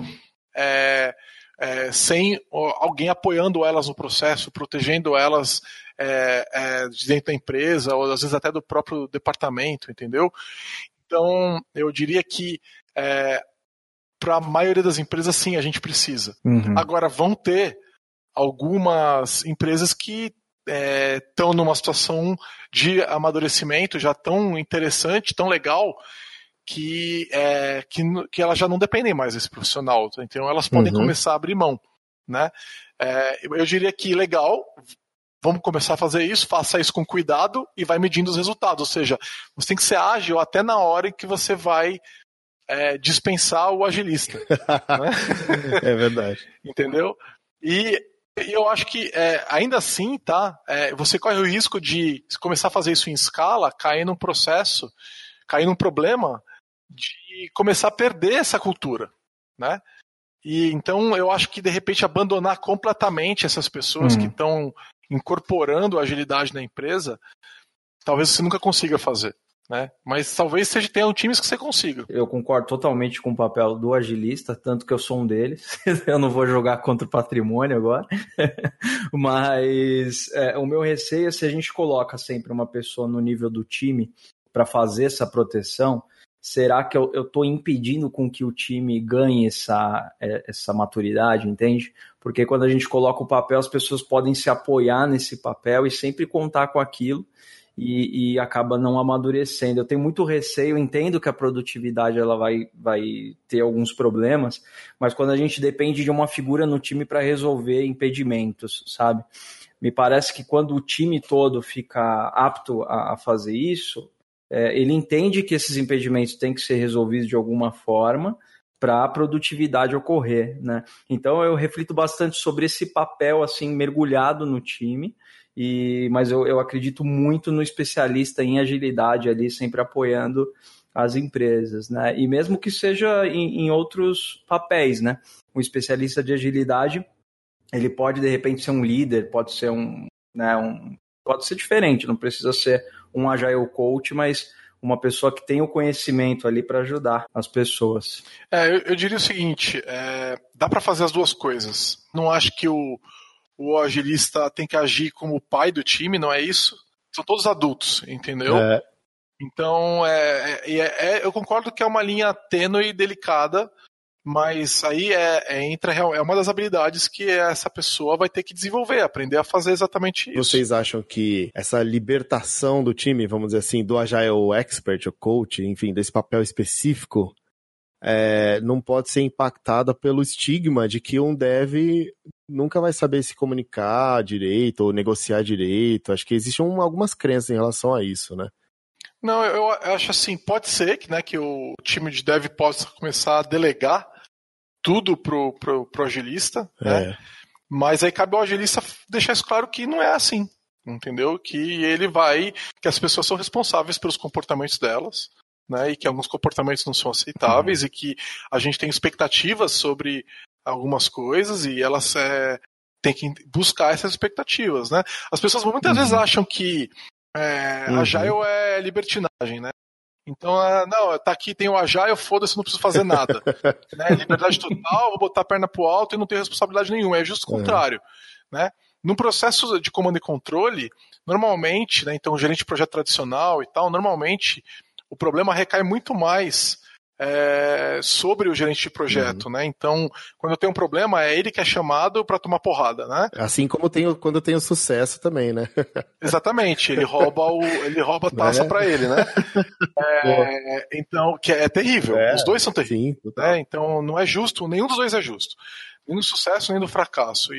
sem alguém apoiando elas no processo, protegendo elas de dentro da empresa, ou às vezes até do próprio departamento, entendeu? Então, eu diria que para a maioria das empresas, sim, a gente precisa. Agora, vão ter algumas empresas que estão numa situação de amadurecimento já tão interessante, tão legal, que elas já não dependem mais desse profissional. Então, elas podem começar a abrir mão. Né? Eu diria que legal, vamos começar a fazer isso, faça isso com cuidado e vai medindo os resultados. Ou seja, você tem que ser ágil até na hora em que você vai dispensar o agilista. Né? É verdade. Entendeu? E eu acho que ainda assim, tá? Você corre o risco de começar a fazer isso em escala, cair num processo, cair num problema de começar a perder essa cultura, né? E então eu acho que de repente abandonar completamente essas pessoas que estão incorporando a agilidade na empresa, talvez você nunca consiga fazer. Né? Mas talvez tenham times que você consiga. Eu concordo totalmente com o papel do agilista, tanto que eu sou um deles. Eu não vou jogar contra o patrimônio agora. Mas o meu receio é se a gente coloca sempre uma pessoa no nível do time para fazer essa proteção, será que eu estou impedindo com que o time ganhe essa maturidade, entende? Porque quando a gente coloca o papel, as pessoas podem se apoiar nesse papel e sempre contar com aquilo. E acaba não amadurecendo. Eu tenho muito receio, entendo que a produtividade ela vai ter alguns problemas, mas quando a gente depende de uma figura no time para resolver impedimentos, sabe? Me parece que quando o time todo fica apto a fazer isso, ele entende que esses impedimentos têm que ser resolvidos de alguma forma para a produtividade ocorrer, né? Então eu reflito bastante sobre esse papel assim mergulhado no time. Mas eu acredito muito no especialista em agilidade ali, sempre apoiando as empresas, né? E mesmo que seja em outros papéis, né? Um especialista de agilidade, ele pode de repente ser um líder, pode ser pode ser diferente, não precisa ser um agile coach, mas uma pessoa que tem o conhecimento ali para ajudar as pessoas. Eu diria o seguinte, dá para fazer as duas coisas. Não acho que o agilista tem que agir como o pai do time, não é isso? São todos adultos, entendeu? Então, eu concordo que é uma linha tênue e delicada, mas aí é uma das habilidades que essa pessoa vai ter que desenvolver, aprender a fazer exatamente isso. Vocês acham que essa libertação do time, vamos dizer assim, do Agile Expert, ou coach, enfim, desse papel específico, não pode ser impactada pelo estigma de que um dev nunca vai saber se comunicar direito ou negociar direito? Acho que existem algumas crenças em relação a isso, né? Não, eu acho assim, pode ser que o time de dev possa começar a delegar tudo pro agilista, né? Mas aí cabe ao agilista deixar isso claro que não é assim, entendeu? Que as pessoas são responsáveis pelos comportamentos delas, né, e que alguns comportamentos não são aceitáveis e que a gente tem expectativas sobre algumas coisas e elas têm que buscar essas expectativas, né? As pessoas muitas vezes acham que Agile é libertinagem, né? Então, não, tá aqui, tem o Agile, foda-se, não preciso fazer nada. Né? Liberdade total, vou botar a perna pro alto e não tenho responsabilidade nenhuma. É justo o contrário, né? Num processo de comando e controle, normalmente, né, então o gerente de projeto tradicional e tal, normalmente o problema recai muito mais sobre o gerente de projeto, né? Então, quando eu tenho um problema, é ele que é chamado para tomar porrada, né? Assim como quando eu tenho sucesso também, né? Exatamente, ele rouba a taça para ele, né? Então, que é terrível. Os dois são terríveis. Sim, né? Então, não é justo, nenhum dos dois é justo. Nem do sucesso, nem do fracasso.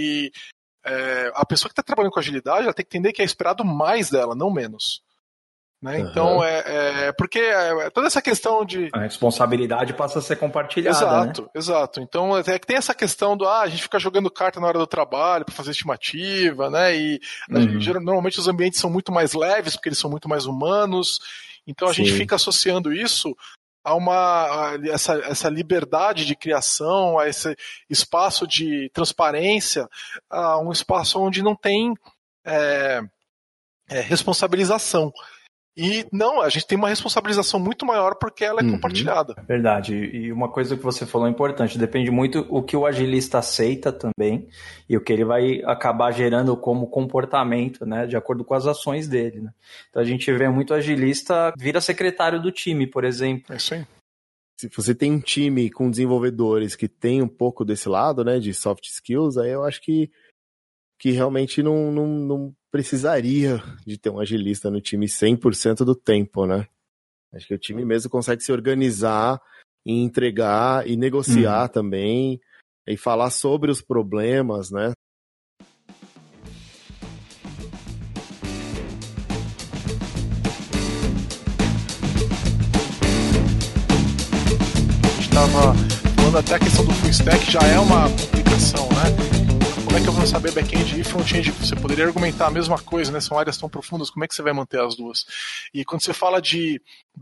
A pessoa que está trabalhando com agilidade, ela tem que entender que é esperado mais dela, não menos. Né? Então, porque toda essa questão de... A responsabilidade passa a ser compartilhada, exato, né? Exato. Então, é que tem essa questão do, a gente fica jogando carta na hora do trabalho para fazer estimativa, né? E normalmente os ambientes são muito mais leves, porque eles são muito mais humanos. Então, a gente fica associando isso a essa liberdade de criação, a esse espaço de transparência, a um espaço onde não tem responsabilização. E não, a gente tem uma responsabilização muito maior porque ela é compartilhada. Verdade, e uma coisa que você falou é importante, depende muito o que o agilista aceita também e o que ele vai acabar gerando como comportamento, né, de acordo com as ações dele, né? Então a gente vê muito agilista vira secretário do time, por exemplo. É isso aí. se você tem um time com desenvolvedores que tem um pouco desse lado, né, de soft skills, aí eu acho que realmente não precisaria de ter um agilista no time 100% do tempo, né? Acho que o time mesmo consegue se organizar e entregar e negociar também e falar sobre os problemas, né? Estava falando até a questão do full stack, já é uma complicação, né? Como é que eu vou saber back-end e front-end? Você poderia argumentar a mesma coisa, né? São áreas tão profundas, como é que você vai manter as duas? E quando você fala de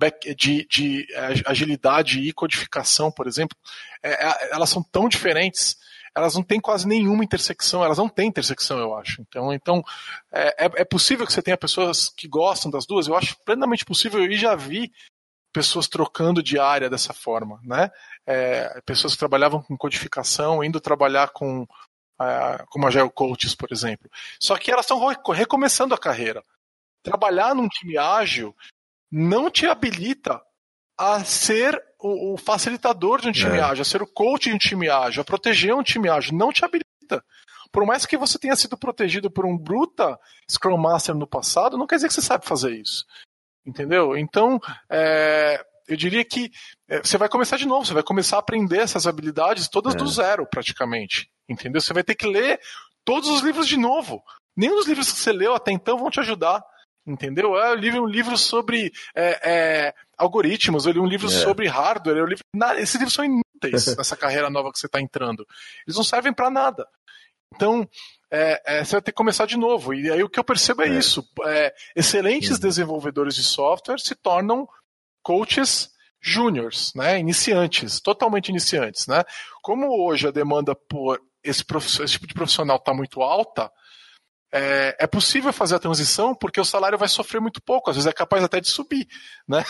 agilidade e codificação, por exemplo, elas são tão diferentes, elas não têm quase nenhuma intersecção, elas não têm intersecção, eu acho. Então é possível que você tenha pessoas que gostam das duas, eu acho plenamente possível, e já vi pessoas trocando de área dessa forma, né? Pessoas que trabalhavam com codificação, indo trabalhar como Agile Coaches, por exemplo. Só que elas estão recomeçando a carreira. Trabalhar num time ágil não te habilita a ser o facilitador de um time ágil, a ser o coach de um time ágil, a proteger um time ágil. Não te habilita. Por mais que você tenha sido protegido por um bruta Scrum Master no passado, não quer dizer que você sabe fazer isso. Entendeu? Então, eu diria que você vai começar de novo, você vai começar a aprender essas habilidades todas do zero, praticamente. Entendeu? Você vai ter que ler todos os livros de novo. Nenhum dos livros que você leu até então vão te ajudar. Entendeu? Eu li um livro sobre algoritmos, eu li um livro sobre hardware, esses livros são inúteis nessa carreira nova que você está entrando. Eles não servem para nada. Então, você vai ter que começar de novo. E aí o que eu percebo é isso. Excelentes desenvolvedores de software se tornam coaches júniors, né? Iniciantes, totalmente iniciantes. Né? Como hoje a demanda por esse tipo de profissional está muito alta, é possível fazer a transição porque o salário vai sofrer muito pouco, às vezes é capaz até de subir. Né?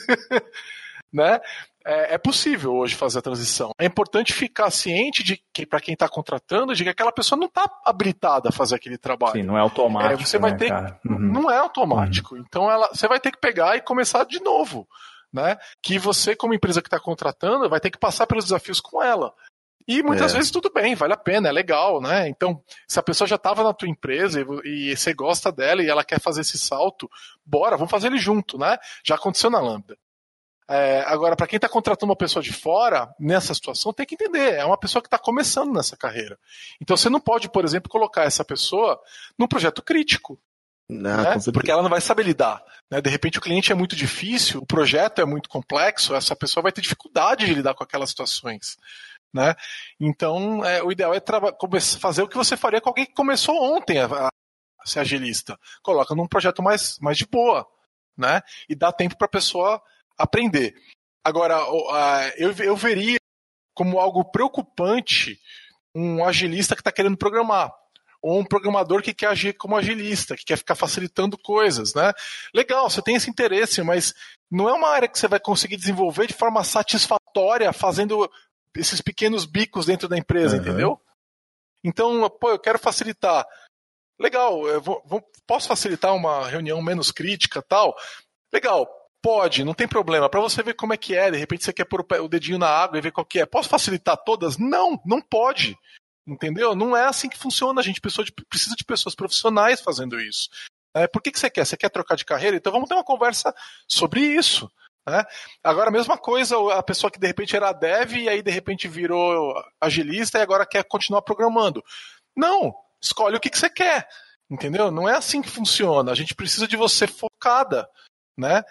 Né? É possível hoje fazer a transição. É importante ficar ciente de que, para quem está contratando, de que aquela pessoa não está habilitada a fazer aquele trabalho. Sim, não é automático. Você vai ter não é automático. Então você vai ter que pegar e começar de novo. Né? Que você, como empresa que está contratando, vai ter que passar pelos desafios com ela. E muitas vezes tudo bem, vale a pena, é legal, né? Então, se a pessoa já estava na tua empresa e você gosta dela e ela quer fazer esse salto, bora, vamos fazer ele junto, né? Já aconteceu na Lambda. Agora, para quem está contratando uma pessoa de fora, nessa situação, tem que entender, é uma pessoa que está começando nessa carreira. Então, você não pode, por exemplo, colocar essa pessoa num projeto crítico. Não, né? Porque ela não vai saber lidar. Né? De repente, o cliente é muito difícil, o projeto é muito complexo, essa pessoa vai ter dificuldade de lidar com aquelas situações. Né? Então, o ideal é fazer o que você faria com alguém que começou ontem a ser agilista. Coloca num projeto mais de boa, né? E dá tempo para a pessoa aprender. Agora, eu veria como algo preocupante um agilista que está querendo programar, ou um programador que quer agir como agilista, que quer ficar facilitando coisas. Né? Legal, você tem esse interesse, mas não é uma área que você vai conseguir desenvolver de forma satisfatória fazendo esses pequenos bicos dentro da empresa, entendeu? Então, eu quero facilitar. Legal, posso facilitar uma reunião menos crítica e tal? Legal, pode, não tem problema. Para você ver como é que é, de repente você quer pôr o dedinho na água e ver qual que é. Posso facilitar todas? Não pode. Entendeu? Não é assim que funciona. A gente precisa de pessoas profissionais fazendo isso. Por que você quer? Você quer trocar de carreira? Então vamos ter uma conversa sobre isso. Né? Agora, a mesma coisa, a pessoa que de repente era dev e aí de repente virou agilista e agora quer continuar programando. Não, escolhe o que você quer, entendeu? Não é assim que funciona. A gente precisa de você focada, né?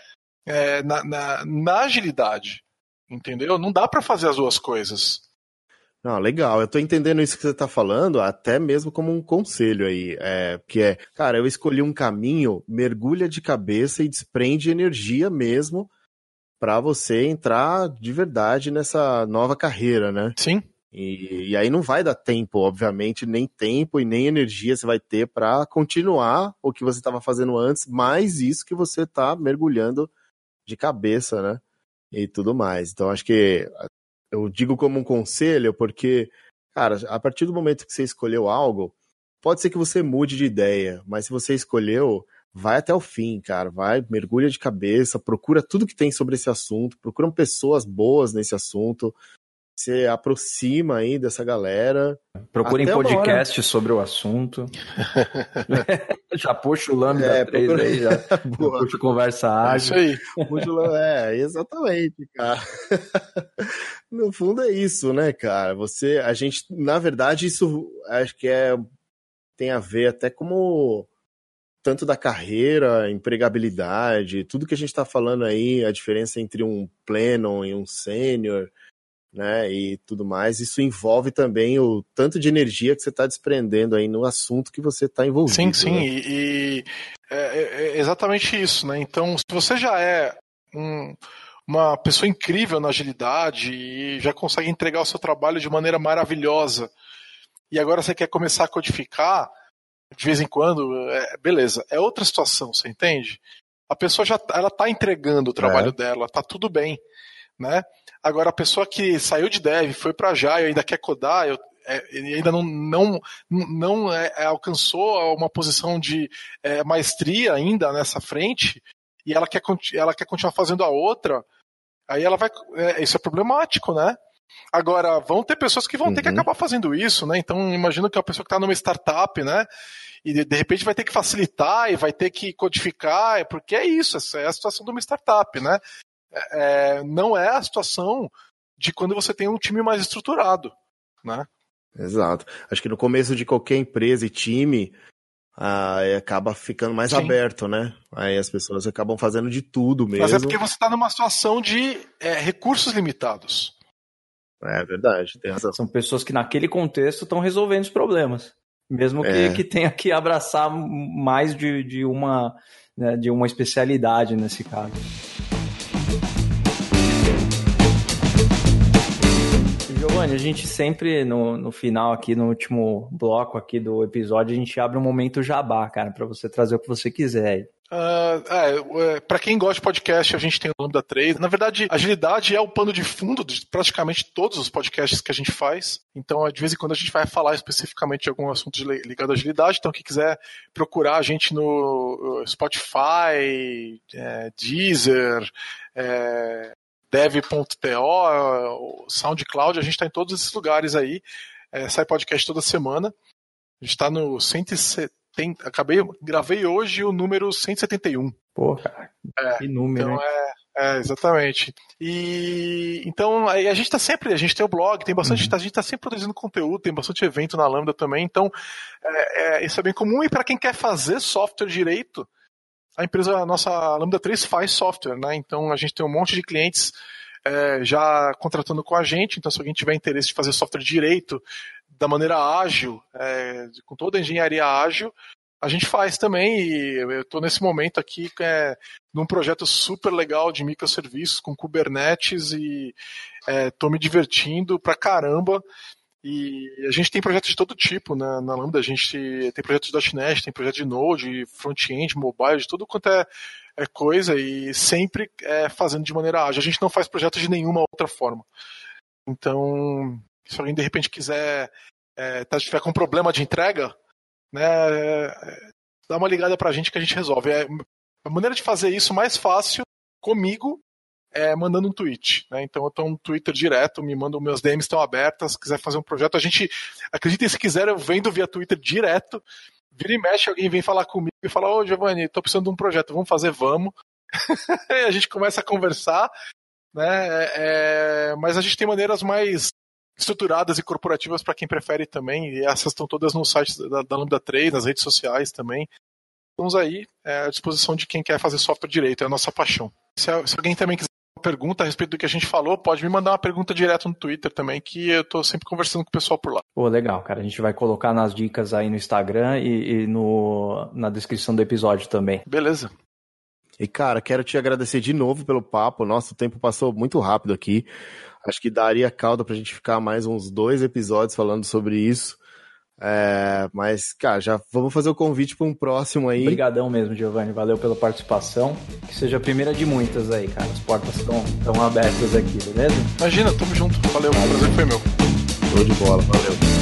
Na agilidade, entendeu? Não dá para fazer as duas coisas. Não, legal, eu tô entendendo isso que você tá falando, até mesmo como um conselho aí, cara, eu escolhi um caminho, mergulha de cabeça e desprende energia mesmo, para você entrar de verdade nessa nova carreira, né? Sim. E aí não vai dar tempo, obviamente, nem tempo e nem energia você vai ter para continuar o que você estava fazendo antes, mais isso que você tá mergulhando de cabeça, né? E tudo mais. Então, acho que eu digo como um conselho, porque, cara, a partir do momento que você escolheu algo, pode ser que você mude de ideia, mas se você escolheu, vai até o fim, cara. Vai, mergulha de cabeça, procura tudo que tem sobre esse assunto, procura pessoas boas nesse assunto, se aproxima aí dessa galera. Procurem podcast sobre o assunto. Já puxa o Lambda 3 aí, já puxa conversa ágil. É isso aí. Exatamente, cara. No fundo é isso, né, cara? A gente, na verdade, isso acho que tem a ver até como tanto da carreira, empregabilidade, tudo que a gente está falando aí, a diferença entre um pleno e um sênior, né, e tudo mais, isso envolve também o tanto de energia que você está desprendendo aí no assunto que você está envolvido. Sim, né? e é exatamente isso, né? Então, se você já é uma pessoa incrível na agilidade e já consegue entregar o seu trabalho de maneira maravilhosa, e agora você quer começar a codificar, de vez em quando, beleza, é outra situação, você entende? A pessoa ela está entregando o trabalho dela, tá tudo bem, né? Agora, a pessoa que saiu de dev, foi para já e ainda quer codar, e ainda não alcançou uma posição de maestria ainda nessa frente, e ela quer continuar fazendo a outra, aí ela vai... isso é problemático, né? Agora, vão ter pessoas que vão ter que acabar fazendo isso, né? Então, imagina que é uma pessoa que está numa startup, né? E de repente vai ter que facilitar e vai ter que codificar, porque é isso, essa é a situação de uma startup, né? Não é a situação de quando você tem um time mais estruturado, né? Exato. Acho que no começo de qualquer empresa e time, acaba ficando mais aberto, né? Aí as pessoas acabam fazendo de tudo mesmo. Mas é porque você está numa situação de recursos limitados. É verdade, tem razão. São pessoas que naquele contexto estão resolvendo os problemas. Mesmo que tenha que abraçar mais de uma especialidade nesse caso. Giovanni, a gente sempre no final aqui, no último bloco aqui do episódio, a gente abre um momento jabá, cara, para você trazer o que você quiser. Para quem gosta de podcast, a gente tem o Lambda 3. Na verdade, agilidade é o pano de fundo de praticamente todos os podcasts que a gente faz. Então, de vez em quando a gente vai falar especificamente de algum assunto ligado à agilidade. Então, quem quiser procurar a gente no Spotify, Deezer, dev.to, SoundCloud, a gente está em todos esses lugares aí. Sai podcast toda semana. A gente está no 170. Gravei hoje o número 171. Pô, cara, que número, então exatamente. E então a gente tem o blog, tem bastante, a gente está sempre produzindo conteúdo, tem bastante evento na Lambda também, então isso é bem comum. E para quem quer fazer software direito, a nossa Lambda 3 faz software, né? Então a gente tem um monte de clientes já contratando com a gente, então se alguém tiver interesse de fazer software direito, da maneira ágil, com toda a engenharia ágil, a gente faz também, e eu estou nesse momento aqui num projeto super legal de microserviços com Kubernetes e estou me divertindo pra caramba. E a gente tem projetos de todo tipo, né? Na Lambda. A gente tem projetos de .NET, tem projetos de Node, front-end, mobile, de tudo quanto é coisa, e sempre fazendo de maneira ágil. A gente não faz projetos de nenhuma outra forma. Então, se alguém de repente quiser tiver com problema de entrega, né, dá uma ligada pra gente que a gente resolve. A maneira de fazer isso mais fácil comigo é mandando um tweet, né? Então eu tô no Twitter direto, meus DMs estão abertas, se quiser fazer um projeto, a gente, acreditem se quiser, eu vendo via Twitter direto, vira e mexe, alguém vem falar comigo e fala, ô Giovanni, tô precisando de um projeto, vamos fazer, vamos. E a gente começa a conversar, né? Mas a gente tem maneiras mais estruturadas e corporativas para quem prefere também, e essas estão todas no site da Lambda 3, nas redes sociais também. Estamos aí à disposição de quem quer fazer software direito, é a nossa paixão. Se alguém também quiser uma pergunta a respeito do que a gente falou, pode me mandar uma pergunta direto no Twitter também, que eu tô sempre conversando com o pessoal por lá. Pô, legal, cara. A gente vai colocar nas dicas aí no Instagram e na descrição do episódio também. Beleza. E, cara, quero te agradecer de novo pelo papo. Nossa, o tempo passou muito rápido aqui. Acho que daria caldo pra gente ficar mais uns 2 episódios falando sobre isso. Mas, cara, já vamos fazer o convite para um próximo aí. Obrigadão mesmo, Giovanni. Valeu pela participação. Que seja a primeira de muitas aí, cara. As portas estão abertas aqui, beleza? Imagina, tamo junto. Valeu, o prazer foi meu. Show de bola, valeu.